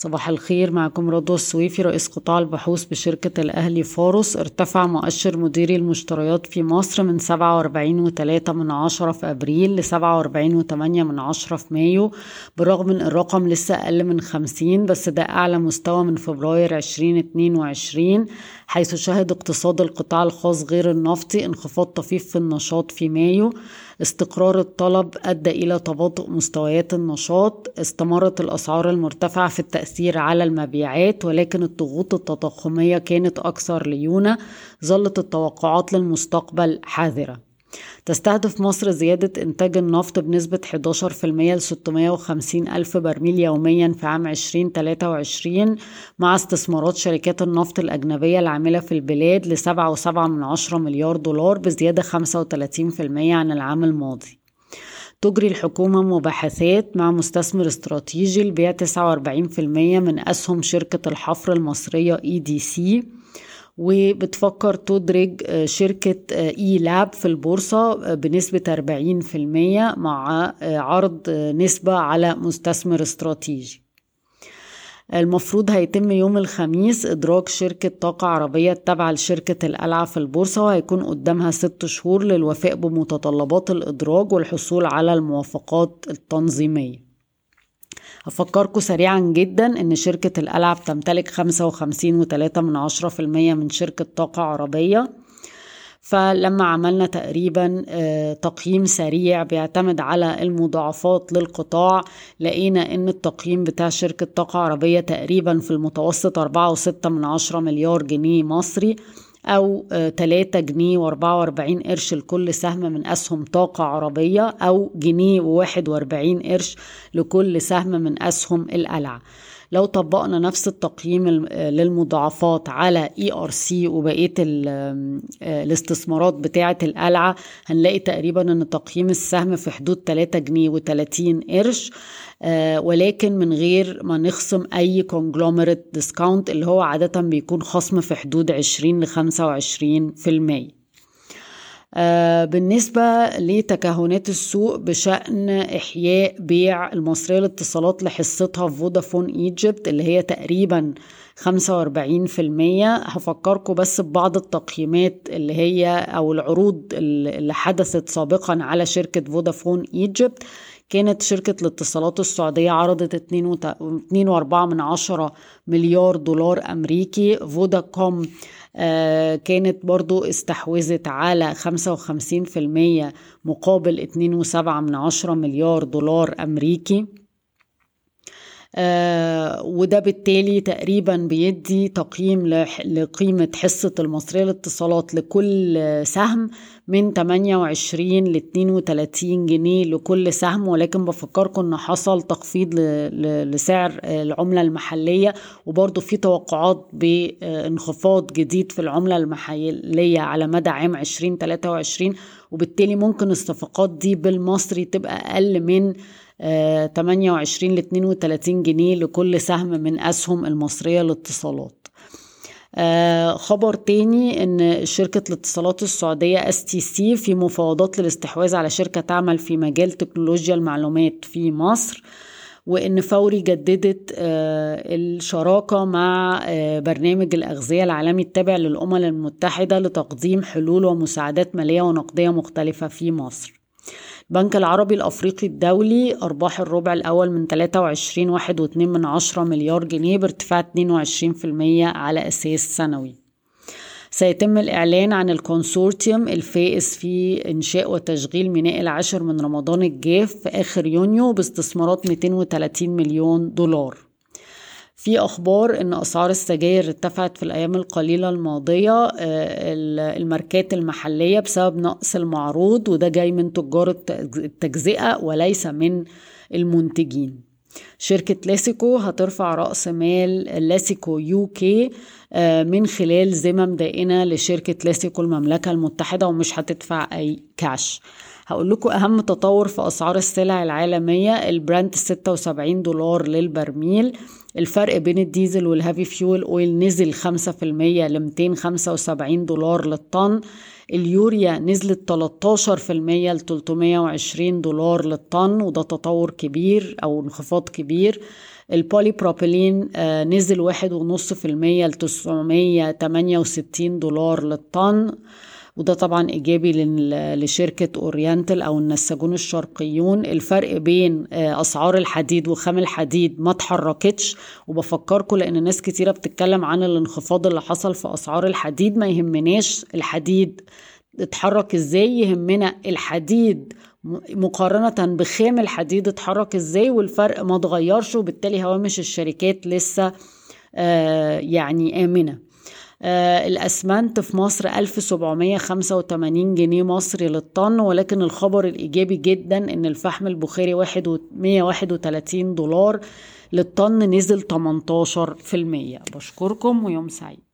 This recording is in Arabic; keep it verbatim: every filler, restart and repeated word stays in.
صباح الخير، معكم رضوى السويفي رئيس قطاع البحوث بشركة الأهلي فارس. ارتفع مؤشر مديري المشتريات في مصر من سبعة وأربعين وثلاثة من عشرة في أبريل ل سبعة وأربعين وثمانية من عشرة في مايو، برغم ان الرقم لسه أقل من خمسين، بس ده أعلى مستوى من فبراير عشرين اتنين وعشرين، حيث شهد اقتصاد القطاع الخاص غير النفطي انخفاض طفيف في النشاط في مايو. استقرار الطلب أدى إلى تباطؤ مستويات النشاط. استمرت الأسعار المرتفعة في التأثير على المبيعات، ولكن الضغوط التضخمية كانت أكثر ليونة. ظلت التوقعات للمستقبل حذرة. تستهدف مصر زيادة إنتاج النفط بنسبة إحدى عشر بالمئة ل ستمائة وخمسين ألف برميل يوميا في عام عشرين ثلاثة وعشرين، مع استثمارات شركات النفط الأجنبية العاملة في البلاد ل سبعة فاصلة سبعة من عشرة مليار دولار، بزيادة خمسة وثلاثين بالمئة عن العام الماضي. تجري الحكومة مباحثات مع مستثمر استراتيجي لبيع تسعة وأربعين بالمئة من أسهم شركة الحفر المصرية إي دي سي، وبتفكر تدرج شركة إي لاب في البورصة بنسبة أربعين بالمئة مع عرض نسبة على مستثمر استراتيجي. المفروض هيتم يوم الخميس إدراج شركة طاقة عربية التابعة لشركة القلعة في البورصة، وهيكون قدامها ست شهور للوفاء بمتطلبات الإدراج والحصول على الموافقات التنظيمية. أفكركم سريعا جدا أن شركة القلعة بتمتلك خمسة وخمسين فاصلة ثلاثة من عشرة بالمئة من شركة طاقة عربية. فلما عملنا تقريبا تقييم سريع بيعتمد على المضاعفات للقطاع، لقينا ان التقييم بتاع شركة طاقة عربية تقريبا في المتوسط أربعة فاصلة ستة من عشرة مليار جنيه مصري، أو ثلاثة جنيه وأربعة وأربعين قرش لكل سهم من أسهم طاقة عربية، أو جنيه وواحد وأربعين قرش لكل سهم من أسهم القلعة. لو طبقنا نفس التقييم للمضاعفات على إي آر سي وبقية الاستثمارات بتاعة القلعة، هنلاقي تقريبا أن تقييم السهم في حدود ثلاثة جنيه وثلاثين قرش، ولكن من غير ما نخصم أي conglomerate discount اللي هو عادة بيكون خصم في حدود عشرين لخمسة وعشرين بالمئة. آه بالنسبة لتكهنات السوق بشأن إحياء بيع المصرية للاتصالات لحصتها في فودافون إيجيبت اللي هي تقريبا خمسة وأربعين بالمئة، هفكركم بس ببعض التقييمات اللي هي أو العروض اللي حدثت سابقا على شركة فودافون إيجيبت. كانت شركة الاتصالات السعودية عرضت اثنين فاصلة أربعة من عشرة مليار دولار أمريكي. فوداكوم آه كانت برضو استحوذت على خمسة وخمسين بالمئة مقابل اثنين فاصلة سبعة من عشرة مليار دولار أمريكي. آه وده بالتالي تقريبا بيدي تقييم لقيمة حصة المصرية للاتصالات لكل سهم من ثمانية وعشرين ل اثنين وثلاثين جنيه لكل سهم، ولكن بفكركم ان حصل تخفيض لسعر العملة المحلية، وبرضو في توقعات بانخفاض جديد في العملة المحلية على مدى عام عشرين ثلاثة وعشرين، وبالتالي ممكن الصفقات دي بالمصري تبقى أقل من ثمانية وعشرين ل اثنين وثلاثين جنيه لكل سهم من أسهم المصرية للاتصالات. آه خبر تاني ان شركة الاتصالات السعودية اس تي سي في مفاوضات للاستحواذ على شركة تعمل في مجال تكنولوجيا المعلومات في مصر، وان فوري جددت آه الشراكة مع آه برنامج الأغذية العالمي التابع للأمم المتحدة لتقديم حلول ومساعدات مالية ونقدية مختلفة في مصر. البنك العربي الأفريقي الدولي أرباح الربع الأول من ثلاثة وعشرين فاصلة واحد واثنين من عشرة مليار جنيه بارتفاع اثنين وعشرين بالمئة على أساس سنوي. سيتم الإعلان عن الكونسورتيوم الفائز في إنشاء وتشغيل ميناء العاشر من رمضان الجاف في آخر يونيو باستثمارات مئتين وثلاثين مليون دولار. في أخبار أن أسعار السجاير ارتفعت في الأيام القليلة الماضية الماركات المحلية بسبب نقص المعروض، وده جاي من تجار التجزئة وليس من المنتجين. شركة لاسيكو هترفع رأس مال لاسيكو يو كي من خلال ذمم دائنة لشركة لاسيكو المملكة المتحدة، ومش هتدفع أي كاش. هقول لكم أهم تطور في أسعار السلع العالمية. البرنت ستة وسبعين دولار للبرميل. الفرق بين الديزل والهافي فيول اويل نزل خمسة بالمئة ل مئتين وخمسة وسبعين دولار للطن. اليوريا نزلت ثلاثة عشر بالمئة ل ثلاثمئة وعشرين دولار للطن، وده تطور كبير أو انخفاض كبير. البولي بروبيلين آه نزل واحد ونص في المية لتسعمية تمانية وستين دولار للطن، وده طبعا إيجابي لشركة أورينتال أو النساجون الشرقيون. الفرق بين أسعار الحديد وخام الحديد ما تحركتش، وبفكركم لأن ناس كتيرة بتتكلم عن الانخفاض اللي حصل في أسعار الحديد. ما يهمناش الحديد اتحرك ازاي، يهمنا الحديد مقارنة بخام الحديد اتحرك ازاي، والفرق ما تغيرش، وبالتالي هوامش الشركات لسه آه يعني آمنة. آه الأسمنت في مصر ألف وسبعمية وخمسة وتمانين جنيه مصري للطن، ولكن الخبر الإيجابي جدا إن الفحم البخاري مية وواحد وتلاتين دولار للطن، نزل تمنتاشر في المية. بشكركم ويوم سعيد.